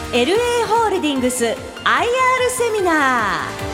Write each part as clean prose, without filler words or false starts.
LA ホールディングス IR セミナー。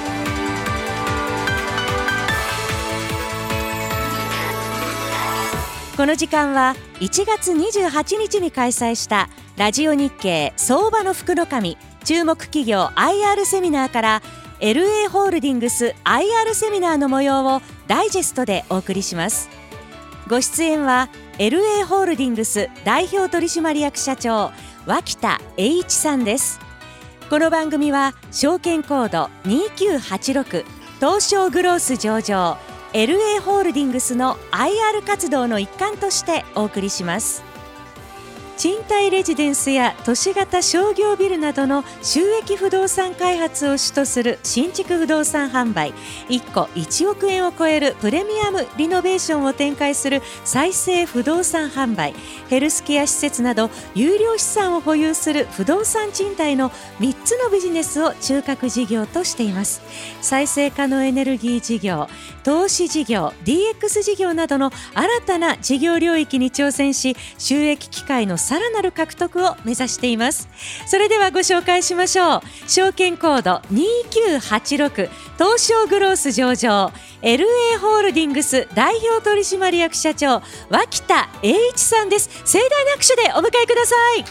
この時間は1月28日に開催したラジオ日経相場の福の神注目企業 IR セミナーから LA ホールディングス IR セミナーの模様をダイジェストでお送りします。ご出演は LA ホールディングス代表取締役社長脇田栄一さんです。この番組は証券コード2986東証グロース上場LA ホールディングスの IR 活動の一環としてお送りします。賃貸レジデンスや都市型商業ビルなどの収益不動産開発を主とする新築不動産販売、1戸1億円を超えるプレミアムリノベーションを展開する再生不動産販売、ヘルスケア施設など有料資産を保有する不動産賃貸の3つのビジネスを中核事業としています。再生可能エネルギー事業、投資事業、 DX 事業などの新たな事業領域に挑戦し、収益機会のさらなる獲得を目指しています。それではご紹介しましょう。証券コード2986東証グロース上場 LA ホールディングス代表取締役社長脇田栄一さんです。盛大な拍手でお迎えください。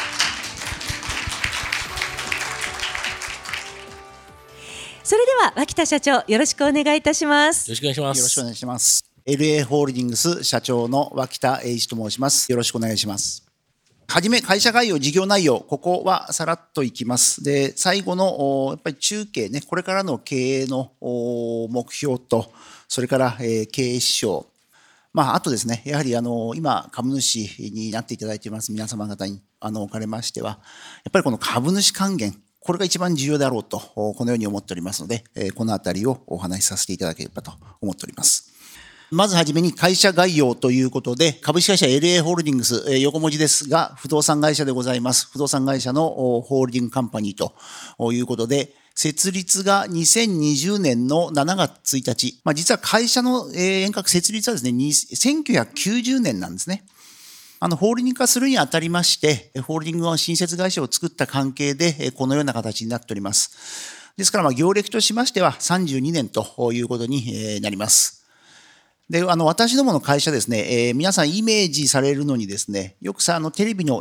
それでは脇田社長、よろしくお願いいたします。 よろしくお願いします。 よろしくお願いします。LA ホールディングス社長の脇田栄一と申します。よろしくお願いします。はじめ会社概要、事業内容、ここはさらっといきます。で、最後のやっぱり中継ね、これからの経営の目標と、それから経営指標、あとですね、やはり今株主になっていただいています皆様方におかれましては、やっぱりこの株主還元、これが一番重要であろうとこのように思っておりますので、このあたりをお話しさせていただければと思っております。まずはじめに会社概要ということで、株式会社 LA ホールディングス、横文字ですが不動産会社でございます。不動産会社のホールディングカンパニーということで、設立が2020年の7月1日。実は会社の遠隔設立はですね、1990年なんですね。ホールディング化するにあたりまして、ホールディングの新設会社を作った関係で、このような形になっております。ですから、業歴としましては32年ということになります。で、私どもの会社ですね、皆さんイメージされるのにですね、よくテレビの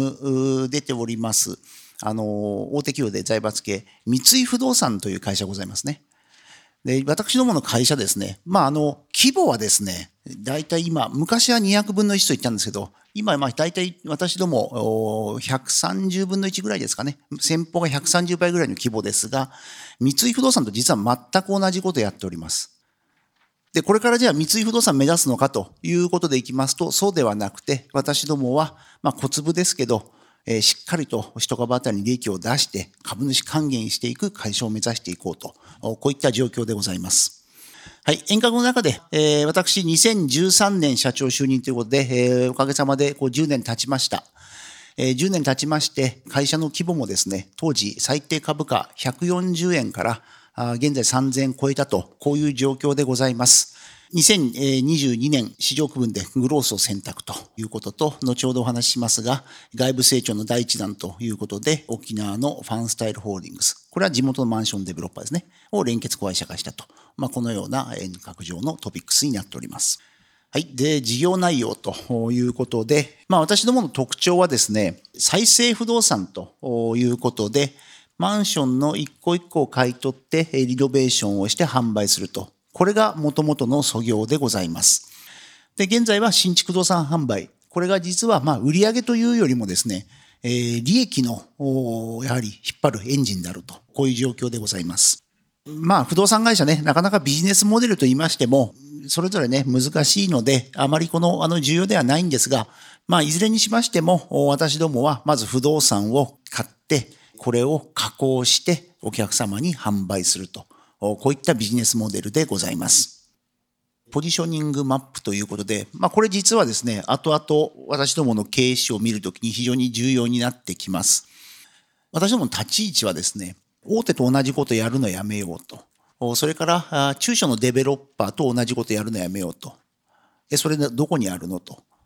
CM 出ております、大手企業で財閥系、三井不動産という会社ございますね。で、私どもの会社ですね、規模はですね、大体今、昔は200分の1と言ったんですけど、今は大体私ども130分の1ぐらいですかね。先方が130倍ぐらいの規模ですが、三井不動産と実は全く同じことをやっております。で、これからじゃあ三井不動産目指すのかということでいきますと、そうではなくて、私どもは、小粒ですけど、しっかりと一株当たりに利益を出して、株主還元していく会社を目指していこうと、こういった状況でございます。はい、遠隔の中で、私2013年社長就任ということで、おかげさまで10年経ちました。10年経ちまして、会社の規模もですね、当時最低株価140円から、現在3000円超えたと、こういう状況でございます。2022年市場区分でグロースを選択ということと、後ほどお話ししますが、外部成長の第一弾ということで、沖縄のファンスタイルホールディングス、これは地元のマンションデベロッパーですね、を連結子会社化したと、このような遠隔上のトピックスになっております。はい。で、事業内容ということで、私どもの特徴はですね、再生不動産ということで、マンションの一個一個を買い取ってリノベーションをして販売すると。これが元々の創業でございます。で、現在は新築不動産販売。これが実は売上というよりもですね、利益のやはり引っ張るエンジンであると。こういう状況でございます。不動産会社ね、なかなかビジネスモデルと言いましても、それぞれね、難しいので、あまり重要ではないんですが、いずれにしましても、私どもはまず不動産を買って、これを加工してお客様に販売すると。こういったビジネスモデルでございます。ポジショニングマップということで、これ実はですね、後々私どもの経営史を見るときに非常に重要になってきます。私どもの立ち位置はですね、大手と同じことやるのやめようと。それから中小のデベロッパーと同じことやるのやめようと。それでどこにあるのと。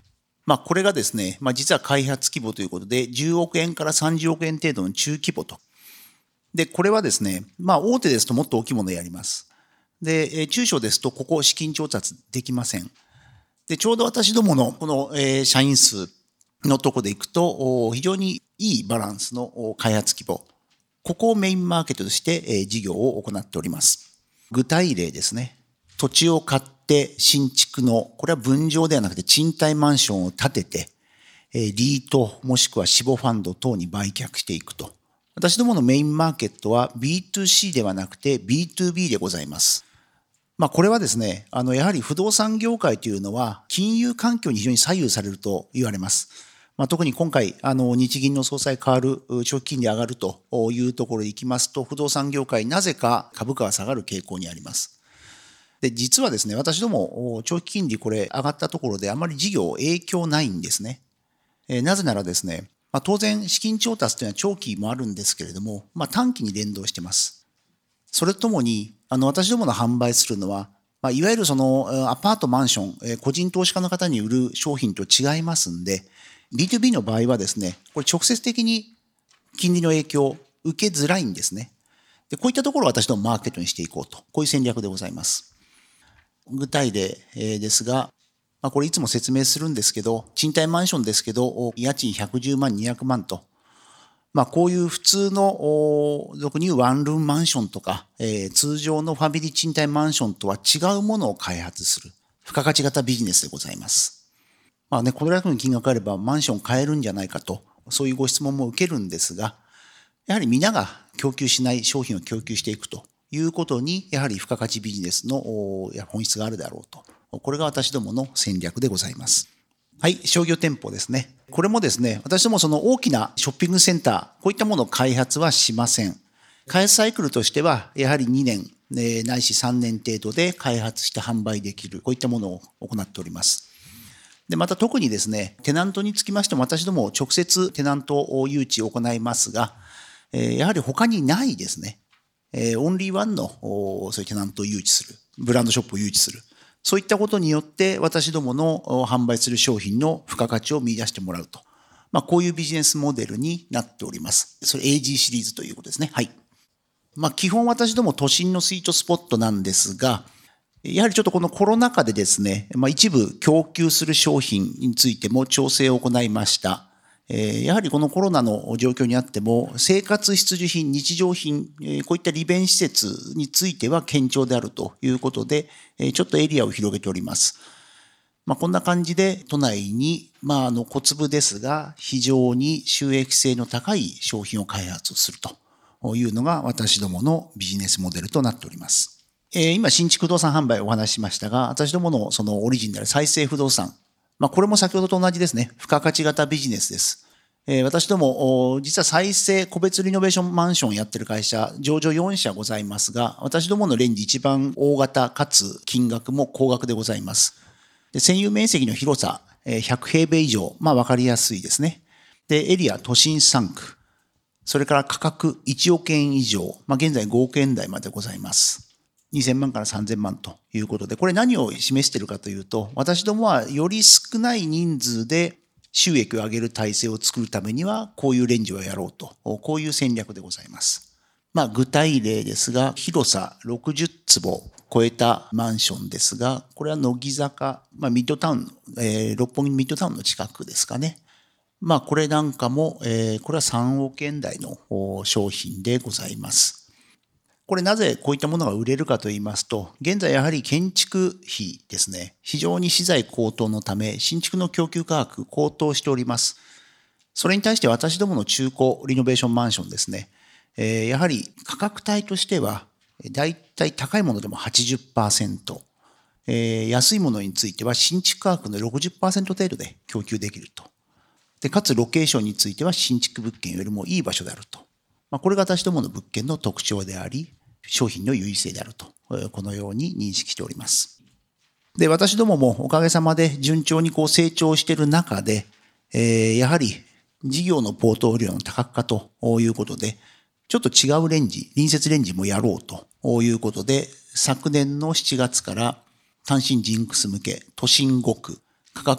これがですね、実は開発規模ということで、10億円から30億円程度の中規模と。で、これはですね、大手ですともっと大きいものをやります。で、中小ですとここ資金調達できません。で、ちょうど私どものこの社員数のところでいくと、非常にいいバランスの開発規模。ここをメインマーケットとして事業を行っております。具体例ですね。土地を買って新築の、これは分譲ではなくて賃貸マンションを建てて、リートもしくは死亡ファンド等に売却していくと。私どものメインマーケットは B2C ではなくて B2B でございます。これはですね、やはり不動産業界というのは金融環境に非常に左右されると言われます。特に今回、日銀の総裁変わる、長期金利上がるというところに行きますと、不動産業界なぜか株価は下がる傾向にあります。で、実はですね、私ども長期金利これ上がったところであまり事業影響ないんですね。なぜならですね、当然資金調達というのは長期もあるんですけれども、短期に連動しています。それともに、私どもの販売するのは、いわゆるそのアパートマンション、個人投資家の方に売る商品と違いますんで、B2B の場合はですね、これ直接的に金利の影響を受けづらいんですね。で、こういったところを私どもマーケットにしていこうと、こういう戦略でございます。具体例ですが、これいつも説明するんですけど、賃貸マンションですけど、家賃110万、200万と、こういう普通の、俗に言うワンルームマンションとか、通常のファミリー賃貸マンションとは違うものを開発する、付加価値型ビジネスでございます。これだけの金額があればマンション買えるんじゃないかと、そういうご質問も受けるんですが、やはり皆が供給しない商品を供給していくということに、やはり付加価値ビジネスの本質があるだろうと。これが私どもの戦略でございます。はい、商業店舗ですね。これもですね、私どもその大きなショッピングセンター、こういったものを開発はしません。開発サイクルとしては、やはり2年、ないし3年程度で開発して販売できる、こういったものを行っております。で、また特にですね、テナントにつきましても私ども直接テナント誘致を行いますが、やはり他にないですね、オンリーワンのそういうテナントを誘致する、ブランドショップを誘致する。そういったことによって私どもの販売する商品の付加価値を見出してもらうと。こういうビジネスモデルになっております。それ AG シリーズということですね。はい。基本私ども都心のスイートスポットなんですが、やはりちょっとこのコロナ禍でですね、一部供給する商品についても調整を行いました。やはりこのコロナの状況にあっても、生活必需品、日常品、こういった利便施設については堅調であるということで、ちょっとエリアを広げております。こんな感じで都内に、小粒ですが、非常に収益性の高い商品を開発するというのが私どものビジネスモデルとなっております。今、新築不動産販売をお話ししましたが、私どものそのオリジンである再生不動産。これも先ほどと同じですね。付加価値型ビジネスです。私ども、実は再生個別リノベーションマンションをやってる会社、上場4社ございますが、私どものレンジ一番大型かつ金額も高額でございます。で、占有面積の広さ、100平米以上、わかりやすいですね。で、エリア都心3区。それから価格1億円以上、現在5億円台までございます。2000万から3000万ということで、これ何を示しているかというと、私どもはより少ない人数で収益を上げる体制を作るためには、こういうレンジをやろうと、こういう戦略でございます。具体例ですが、広さ60坪超えたマンションですが、これは乃木坂、ミッドタウン、六本木ミッドタウンの近くですかね。これなんかも、これは3億円台の商品でございます。これなぜこういったものが売れるかと言いますと、現在やはり建築費ですね、非常に資材高騰のため、新築の供給価格高騰しております。それに対して私どもの中古リノベーションマンションですね、やはり価格帯としては、だいたい高いものでも 80%、安いものについては新築価格の 60% 程度で供給できると。で、かつロケーションについては新築物件よりもいい場所であると。これが私どもの物件の特徴であり、商品の優位性であると、このように認識しております。で、私どももおかげさまで順調に成長している中で、やはり事業のポートフォリオの多角化ということで、ちょっと違うレンジ、隣接レンジもやろうということで、昨年の7月から単身ジンクス向け、都心5区、価格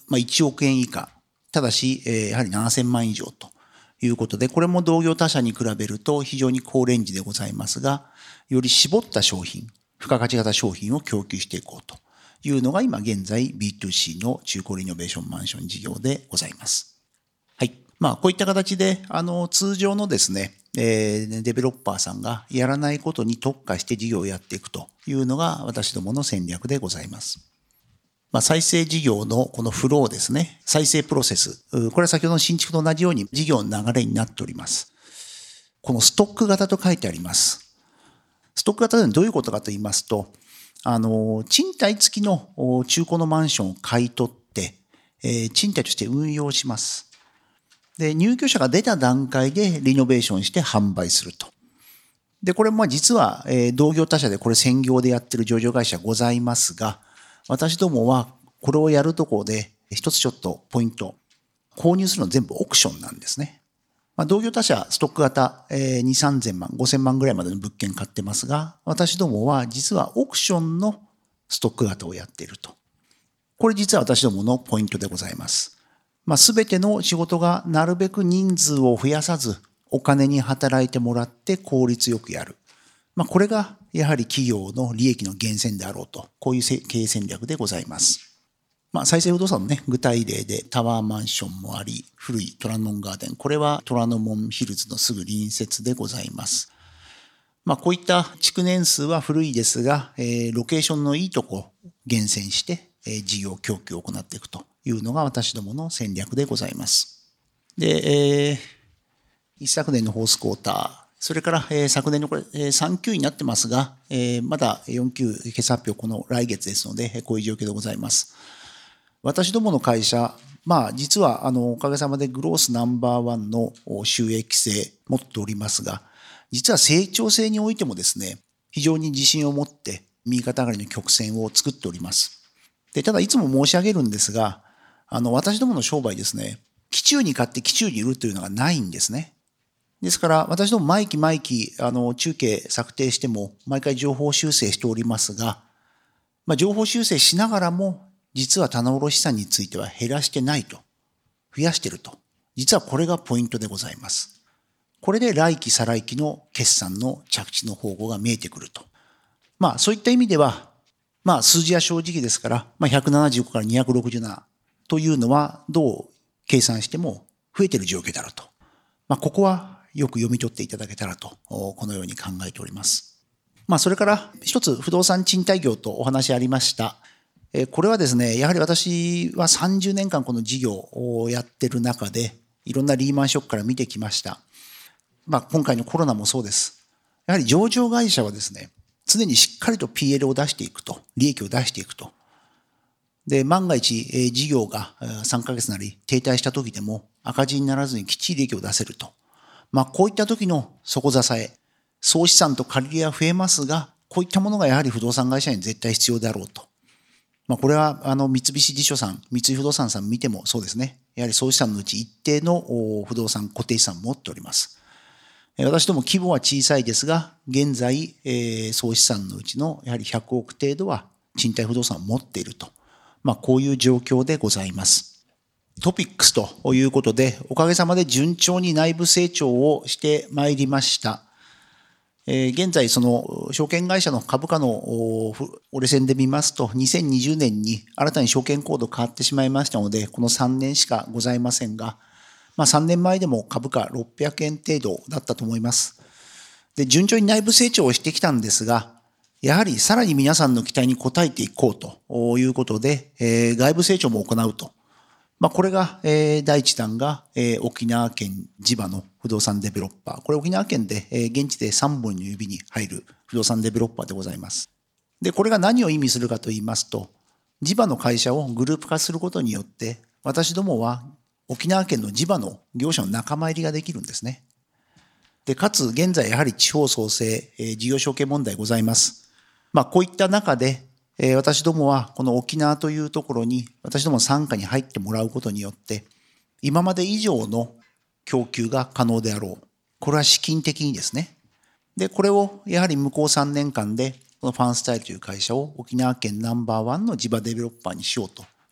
1億円以下、ただし、やはり7000万以上ということで、これも同業他社に比べると非常に高レンジでございますが、より絞った商品、付加価値型商品を供給していこうというのが今現在 B2C の中古リノベーションマンション事業でございます。はい。こういった形で、通常のですね、デベロッパーさんがやらないことに特化して事業をやっていくというのが私どもの戦略でございます。再生事業のこのフローですね。再生プロセス。これは先ほどの新築と同じように事業の流れになっております。このストック型と書いてあります。ストック型というのはどういうことかと言いますと、賃貸付きの中古のマンションを買い取って、賃貸として運用します。で、入居者が出た段階でリノベーションして販売すると。で、これ実は同業他社でこれ専業でやってる上場会社ございますが、私どもはこれをやるところで一つちょっとポイント。購入するの全部オークションなんですね。同業他社ストック型2、3000万、5000万ぐらいまでの物件買ってますが、私どもは実はオークションのストック型をやっていると。これ実は私どものポイントでございます。すべての仕事がなるべく人数を増やさず、お金に働いてもらって効率よくやる。これがやはり企業の利益の源泉であろうと、こういう経営戦略でございます。再生不動産のね、具体例でタワーマンションもあり、古い虎ノ門ガーデン、これは虎ノ門ヒルズのすぐ隣接でございます。こういった築年数は古いですが、ロケーションのいいとこを厳選して、事業供給を行っていくというのが私どもの戦略でございます。で、一昨年のフォースクォーター、それから昨年のこれ3級になってますが、まだ4級決算発表この来月ですので、こういう状況でございます。私どもの会社、実はおかげさまでグロースナンバーワンの収益性持っておりますが、実は成長性においてもですね、非常に自信を持って右肩上がりの曲線を作っております。で、ただいつも申し上げるんですが、私どもの商売ですね、期中に買って期中に売るというのがないんですね。ですから、私ども毎期、中継策定しても、毎回情報修正しておりますが、情報修正しながらも、実は棚卸資産については減らしてないと。増やしてると。実はこれがポイントでございます。これで来期再来期の決算の着地の方向が見えてくると。そういった意味では、数字は正直ですから、175から267というのは、どう計算しても増えている状況だろうと。ここは、よく読み取っていただけたらと、このように考えております。それから一つ不動産賃貸業とお話ありました。これはですね、やはり私は30年間この事業をやってる中で、いろんなリーマンショックから見てきました。今回のコロナもそうです。やはり上場会社はですね、常にしっかりと PL を出していくと、利益を出していくと。で、万が一事業が3ヶ月なり停滞した時でも赤字にならずにきっちり利益を出せると。こういった時の底支え、総資産と借り入れは増えますが、こういったものがやはり不動産会社に絶対必要であろうと。これは三菱地所さん、三井不動産さん見てもそうですね。やはり総資産のうち一定の不動産、固定資産を持っております。私ども規模は小さいですが、現在、総資産のうちのやはり100億程度は賃貸不動産を持っていると。こういう状況でございます。トピックスということで、おかげさまで順調に内部成長をしてまいりました。現在、その証券会社の株価の折れ線で見ますと、2020年に新たに証券コード変わってしまいましたので、この3年しかございませんが、3年前でも株価600円程度だったと思います。で、順調に内部成長をしてきたんですが、やはりさらに皆さんの期待に応えていこうということで、外部成長も行うと。これが、第一弾が、沖縄県地場の不動産デベロッパー。これ沖縄県で、現地で3本の指に入る不動産デベロッパーでございます。で、これが何を意味するかと言いますと、地場の会社をグループ化することによって、私どもは沖縄県の地場の業者の仲間入りができるんですね。で、かつ現在やはり地方創生、事業承継問題ございます。こういった中で、私どもはこの沖縄というところに私ども傘下に入ってもらうことによって今まで以上の供給が可能であろう。これは資金的にですね。で、これをやはり向こう3年間でこのファンスタイルという会社を沖縄県ナンバーワンの地場デベロッパーにしようと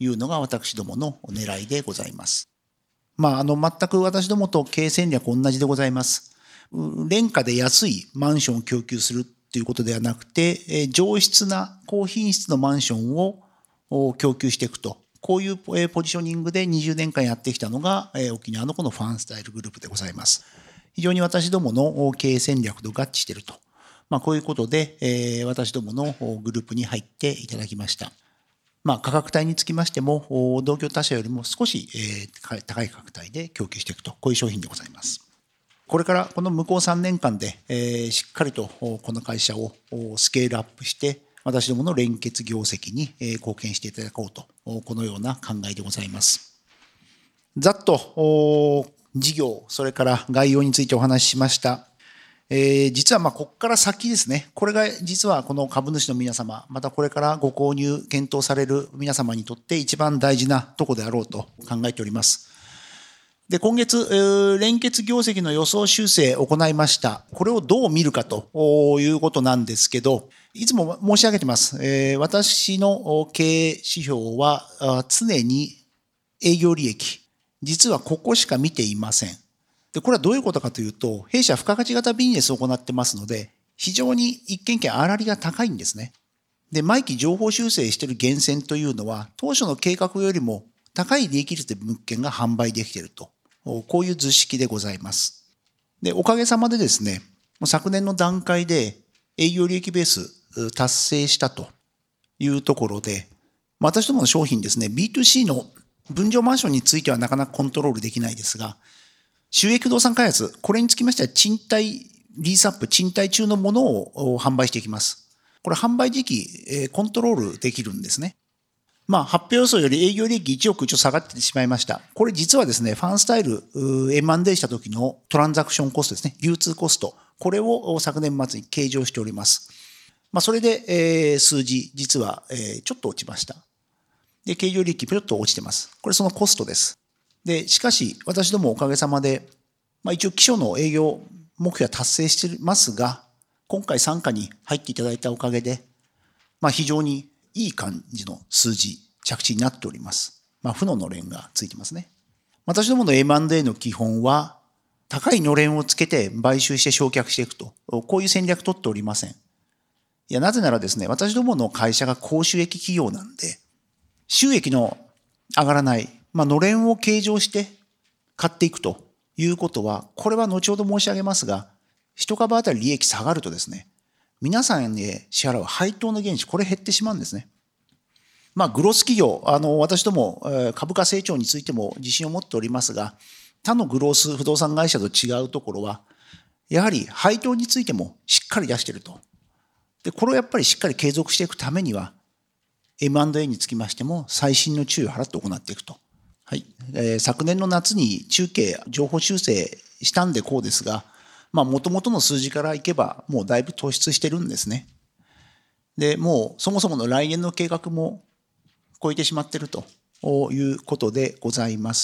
いうのが私どもの狙いでございます。全く私どもと経営戦略同じでございます。廉価で安いマンションを供給するということではなくて、上質な高品質のマンションを供給していくと。こういうポジショニングで20年間やってきたのが沖縄のこのファンスタイルグループでございます。非常に私どもの経営戦略と合致していると。こういうことで私どものグループに入っていただきました。価格帯につきましても、同業他社よりも少し高い価格帯で供給していくと、こういう商品でございます。これからこの向こう3年間でしっかりとこの会社をスケールアップして、私どもの連結業績に貢献していただこうと、このような考えでございます。ざっと事業、それから概要についてお話ししました。実はここから先ですね、これが実はこの株主の皆様、またこれからご購入検討される皆様にとって一番大事なところであろうと考えております。で、今月、連結業績の予想修正を行いました。これをどう見るかということなんですけど、いつも申し上げてます。私の経営指標は常に営業利益。実はここしか見ていません。で、これはどういうことかというと、弊社付加価値型ビジネスを行ってますので、非常に一件一件粗利が高いんですね。で、毎期情報修正している源泉というのは、当初の計画よりも高い利益率で物件が販売できていると。こういう図式でございます。で、おかげさまでですね、昨年の段階で営業利益ベース達成したというところで、私どもの商品ですね、B2C の分譲マンションについてはなかなかコントロールできないですが、収益不動産開発、これにつきましては賃貸リースアップ、賃貸中のものを販売していきます。これ販売時期、コントロールできるんですね。発表予想より営業利益1億ちょっと下がってしまいました。これ実はですね、ファンスタイル M&A した時のトランザクションコストですね、流通コスト、これを昨年末に計上しております。それで数字、実はちょっと落ちました。で、経常利益ぴょっと落ちてます。これそのコストです。で、しかし、私どもおかげさまで、一応基礎の営業目標は達成していますが、今回傘下に入っていただいたおかげで、非常にいい感じの数字、着地になっております。負ののれんがついてますね。私どもの M&A の基本は、高いのれんをつけて買収して償却していくと、こういう戦略取っておりません。いや、なぜならですね、私どもの会社が高収益企業なんで、収益の上がらない、のれんを計上して買っていくということは、これは後ほど申し上げますが、一株当たり利益下がるとですね、皆さんに支払う配当の原資、これ減ってしまうんですね。グロース企業、私ども株価成長についても自信を持っておりますが、他のグロース不動産会社と違うところは、やはり配当についてもしっかり出していると。で、これをやっぱりしっかり継続していくためには、M&A につきましても細心の注意を払って行っていくと。はい。昨年の夏に中継、情報修正したんでこうですが、元々の数字からいけば、もうだいぶ突出してるんですね。で、もうそもそもの来年の計画も超えてしまっているということでございます。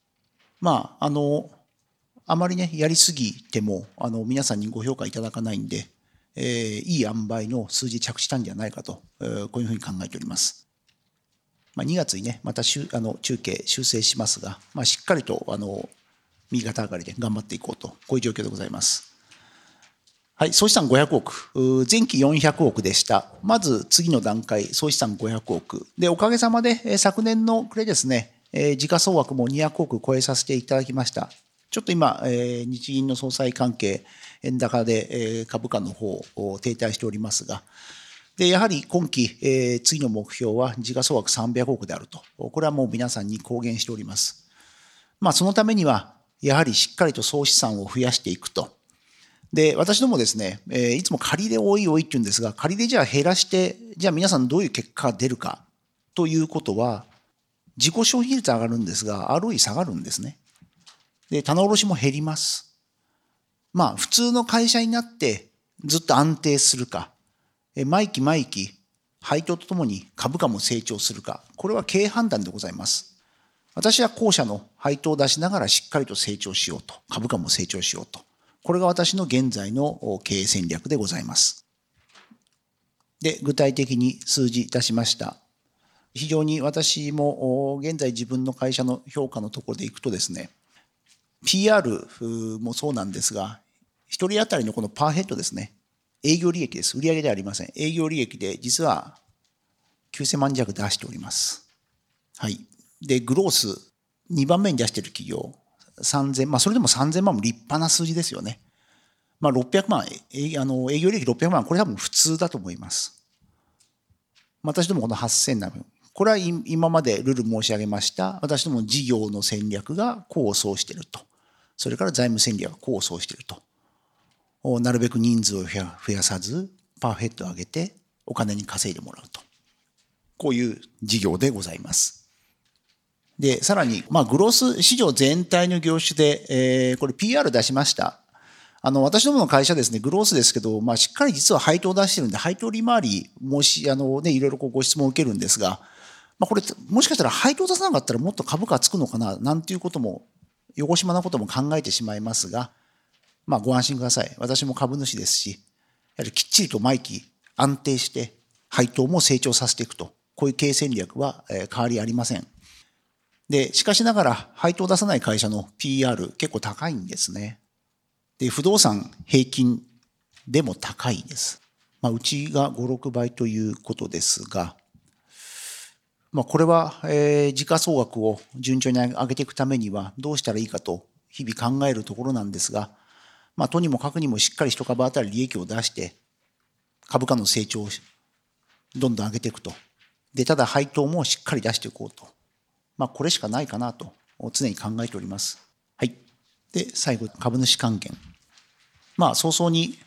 あまりね、やりすぎても、皆さんにご評価いただかないんで、いい塩梅の数字着地したんじゃないかと、こういうふうに考えております。2月にね、また中継修正しますが、しっかりと右肩上がりで頑張っていこうと、こういう状況でございます。はい、総資産500億、前期400億でした。まず次の段階、総資産500億。で、おかげさまで昨年の暮れですね、時価総額も200億超えさせていただきました。ちょっと今、日銀の総裁関係、円高で株価の方を停滞しておりますが、で、やはり今期、次の目標は時価総額300億であると。これはもう皆さんに公言しております。そのためには、やはりしっかりと総資産を増やしていくと。で、私どもですね、いつも借り入れ多いって言うんですが、借り入れじゃあ減らして、じゃあ皆さんどういう結果が出るかということは、自己消費率上がるんですが、ROE 下がるんですね。で、棚卸も減ります。普通の会社になってずっと安定するか、毎期毎期配当とともに株価も成長するか、これは経営判断でございます。私は後者の配当を出しながらしっかりと成長しようと、株価も成長しようと。これが私の現在の経営戦略でございます。で、具体的に数字出しました。 非常に私も現在自分の会社の評価のところでいくとですね、PR もそうなんですが、1人当たりのこのパーヘッドですね、営業利益です。売上ではありません。営業利益で実は9000万弱出しております。はい。で、グロース2番目に出している企業、3000、それでも3000万も立派な数字ですよね。600万、営業利益600万、これ多分普通だと思います。私どもこの8000な分。これは今までルール申し上げました、私ども事業の戦略が功を奏していると。それから財務戦略が功を奏していると。なるべく人数を増やさず、パーフェクトを上げてお金に稼いでもらうと。こういう事業でございます。で、さらに、グロース市場全体の業種で、これ PR 出しました。私どもの会社ですね、グロースですけど、しっかり実は配当を出してるんで、配当利回り、いろいろご質問を受けるんですが、これ、もしかしたら配当出さなかったらもっと株価がつくのかな、なんていうことも、よごしまなことも考えてしまいますが、ご安心ください。私も株主ですし、やはりきっちりと毎期安定して、配当も成長させていくと、こういう経営戦略は変わりありません。で、しかしながら、配当を出さない会社の PR 結構高いんですね。で、不動産平均でも高いです。うちが5、6倍ということですが、これは、時価総額を順調に上げていくためにはどうしたらいいかと日々考えるところなんですが、とにもかくにもしっかり一株当たり利益を出して、株価の成長をどんどん上げていくと。で、ただ配当もしっかり出していこうと。これしかないかなと常に考えております。はい。で、最後、株主還元。早々に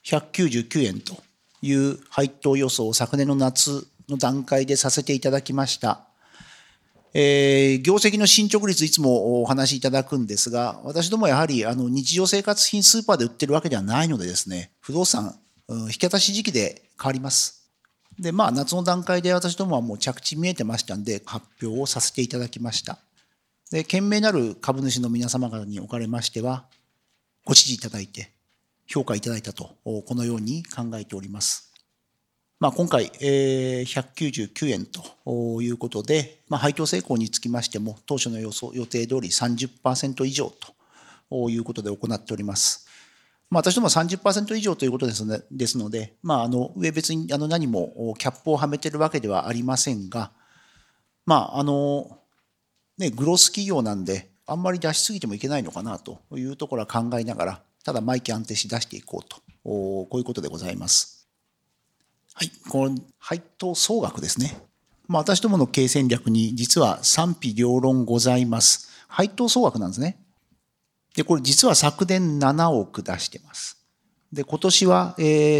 199円という配当予想を昨年の夏の段階でさせていただきました。業績の進捗率いつもお話しいただくんですが、私どもやはり日常生活品スーパーで売ってるわけではないのでですね、不動産、引き渡し時期で変わります。で、夏の段階で私どもはもう着地見えてましたんで、発表をさせていただきました。で、賢明なる株主の皆様方におかれましては、ご支持いただいて、評価いただいたと、このように考えております。今回、199円ということで、配当成功につきましても、当初の予定通り 30% 以上ということで行っております。私ども 30% 以上ということですので、上別に何もキャップをはめているわけではありませんが、グロース企業なんで、あんまり出しすぎてもいけないのかなというところは考えながら、ただ毎期安定し出していこうと、こういうことでございます。はい、この配当総額ですね。私どもの経営戦略に実は賛否両論ございます。配当総額なんですね。で、これ実は昨年7億出してます。で、今年は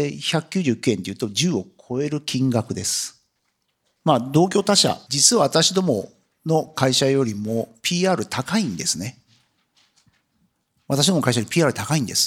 199円というと10を超える金額です。同業他社、実は私どもの会社よりも PR 高いんですね。私どもの会社より PR 高いんです。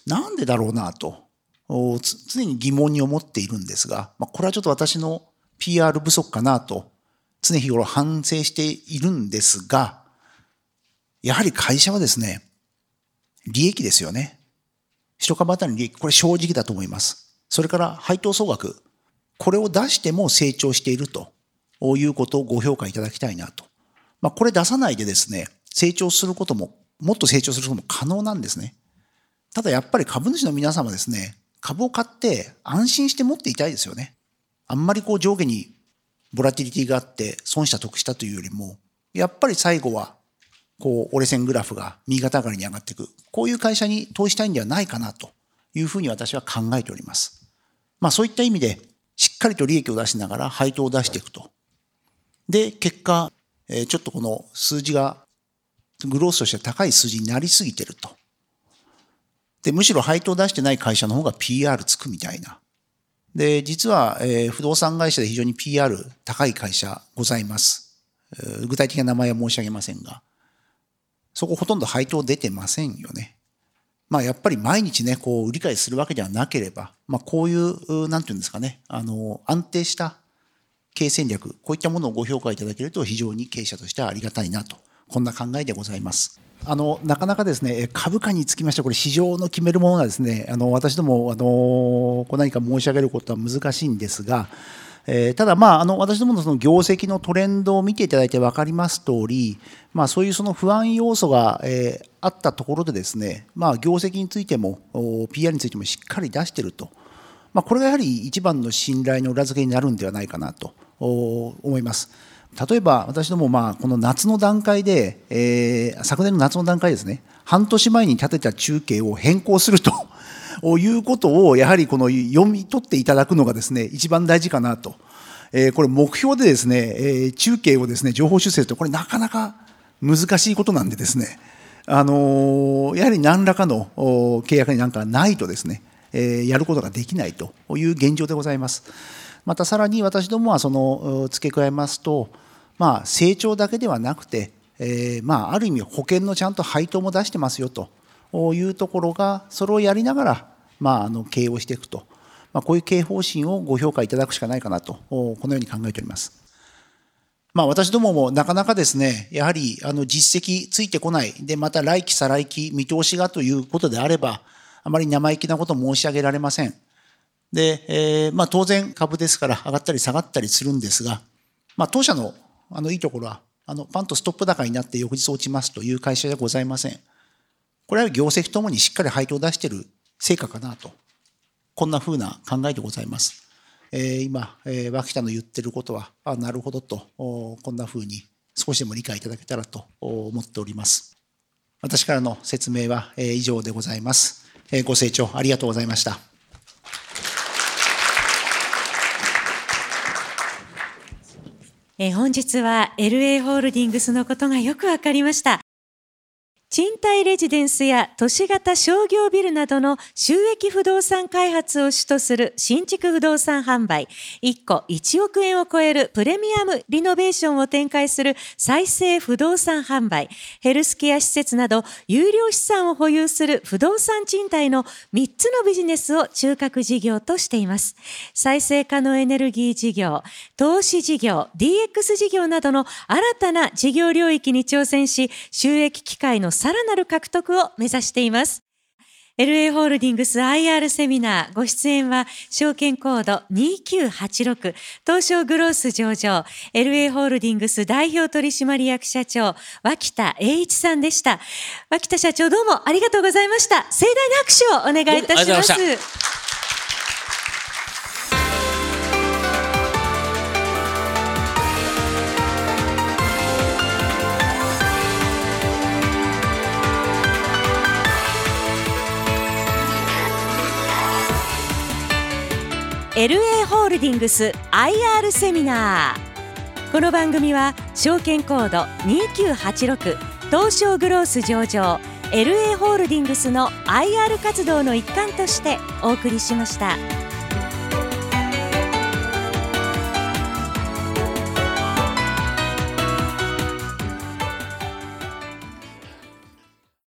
なんでだろうなと、常に疑問に思っているんですが、これはちょっと私の PR 不足かなと、常日頃反省しているんですが、やはり会社はですね、利益ですよね。一株当たりの利益、これ正直だと思います。それから配当総額、これを出しても成長しているということをご評価いただきたいなと。これ出さないでですね、成長することも、もっと成長することも可能なんですね。ただやっぱり株主の皆様ですね、株を買って安心して持っていたいですよね。あんまり上下にボラティリティがあって損した得したというよりも、やっぱり最後は折れ線グラフが右肩上がりに上がっていく。こういう会社に投資したいんではないかなというふうに私は考えております。そういった意味でしっかりと利益を出しながら配当を出していくと。で、結果、ちょっとこの数字がグロースとして高い数字になりすぎてると。で、むしろ配当を出してない会社の方が PR つくみたいな。で、実は、不動産会社で非常に PR 高い会社ございます。具体的な名前は申し上げませんが、そこほとんど配当出てませんよね。やっぱり毎日ね、売り買いするわけではなければ、こういう、なんていうんですかね、安定した経営戦略、こういったものをご評価いただけると非常に経営者としてはありがたいなと、こんな考えでございます。なかなかですね、株価につきましては、これ市場の決めるものがですね、私ども、何か申し上げることは難しいんですが、 ただ、私どものその業績のトレンドを見ていただいて分かります通り、そういうその不安要素が、あったところでですね、業績についても PR についてもしっかり出していると、これがやはり一番の信頼の裏付けになるんではないかなと思います。例えば私どもこの夏の段階で、昨年の夏の段階ですね、半年前に立てた中継を変更するということをやはりこの読み取っていただくのがですね一番大事かなと。これ目標でですね、中継をですね情報修正とこれなかなか難しいことなんでですね、やはり何らかの契約になんかないとですね、やることができないという現状でございます。またさらに私どもはその付け加えますと、成長だけではなくて、ある意味保険のちゃんと配当も出してますよというところが、それをやりながら、経営をしていくと、こういう経営方針をご評価いただくしかないかなと、このように考えております。私どももなかなかですね、やはり実績ついてこない、でまた来期再来期見通しがということであれば、あまり生意気なこと申し上げられません。で、当然株ですから上がったり下がったりするんですが、当社のいいところはパンとストップ高になって翌日落ちますという会社じゃございません。これは業績ともにしっかり配当を出している成果かなと、こんなふうな考えでございます。今、脇田の言ってることはなるほどと、こんなふうに少しでも理解いただけたらと思っております。私からの説明は以上でございます。ご清聴ありがとうございました。 本日は LA ホールディングスのことがよくわかりました。賃貸レジデンスや都市型商業ビルなどの収益不動産開発を主とする新築不動産販売、1戸1億円を超えるプレミアムリノベーションを展開する再生不動産販売、ヘルスケア施設など有料資産を保有する不動産賃貸の3つのビジネスを中核事業としています。再生可能エネルギー事業、投資事業、DX 事業などの新たな事業領域に挑戦し、収益機会のさらなる獲得を目指しています。LA ホールディングス IR セミナーご出演は証券コード2986東証グロース上場 LA ホールディングス代表取締役社長脇田栄一さんでした。脇田社長どうもありがとうございました。盛大な拍手をお願いいたします。LA ホールディングス IR セミナー。この番組は証券コード2986東証グロース上場 LA ホールディングスの IR 活動の一環としてお送りしました。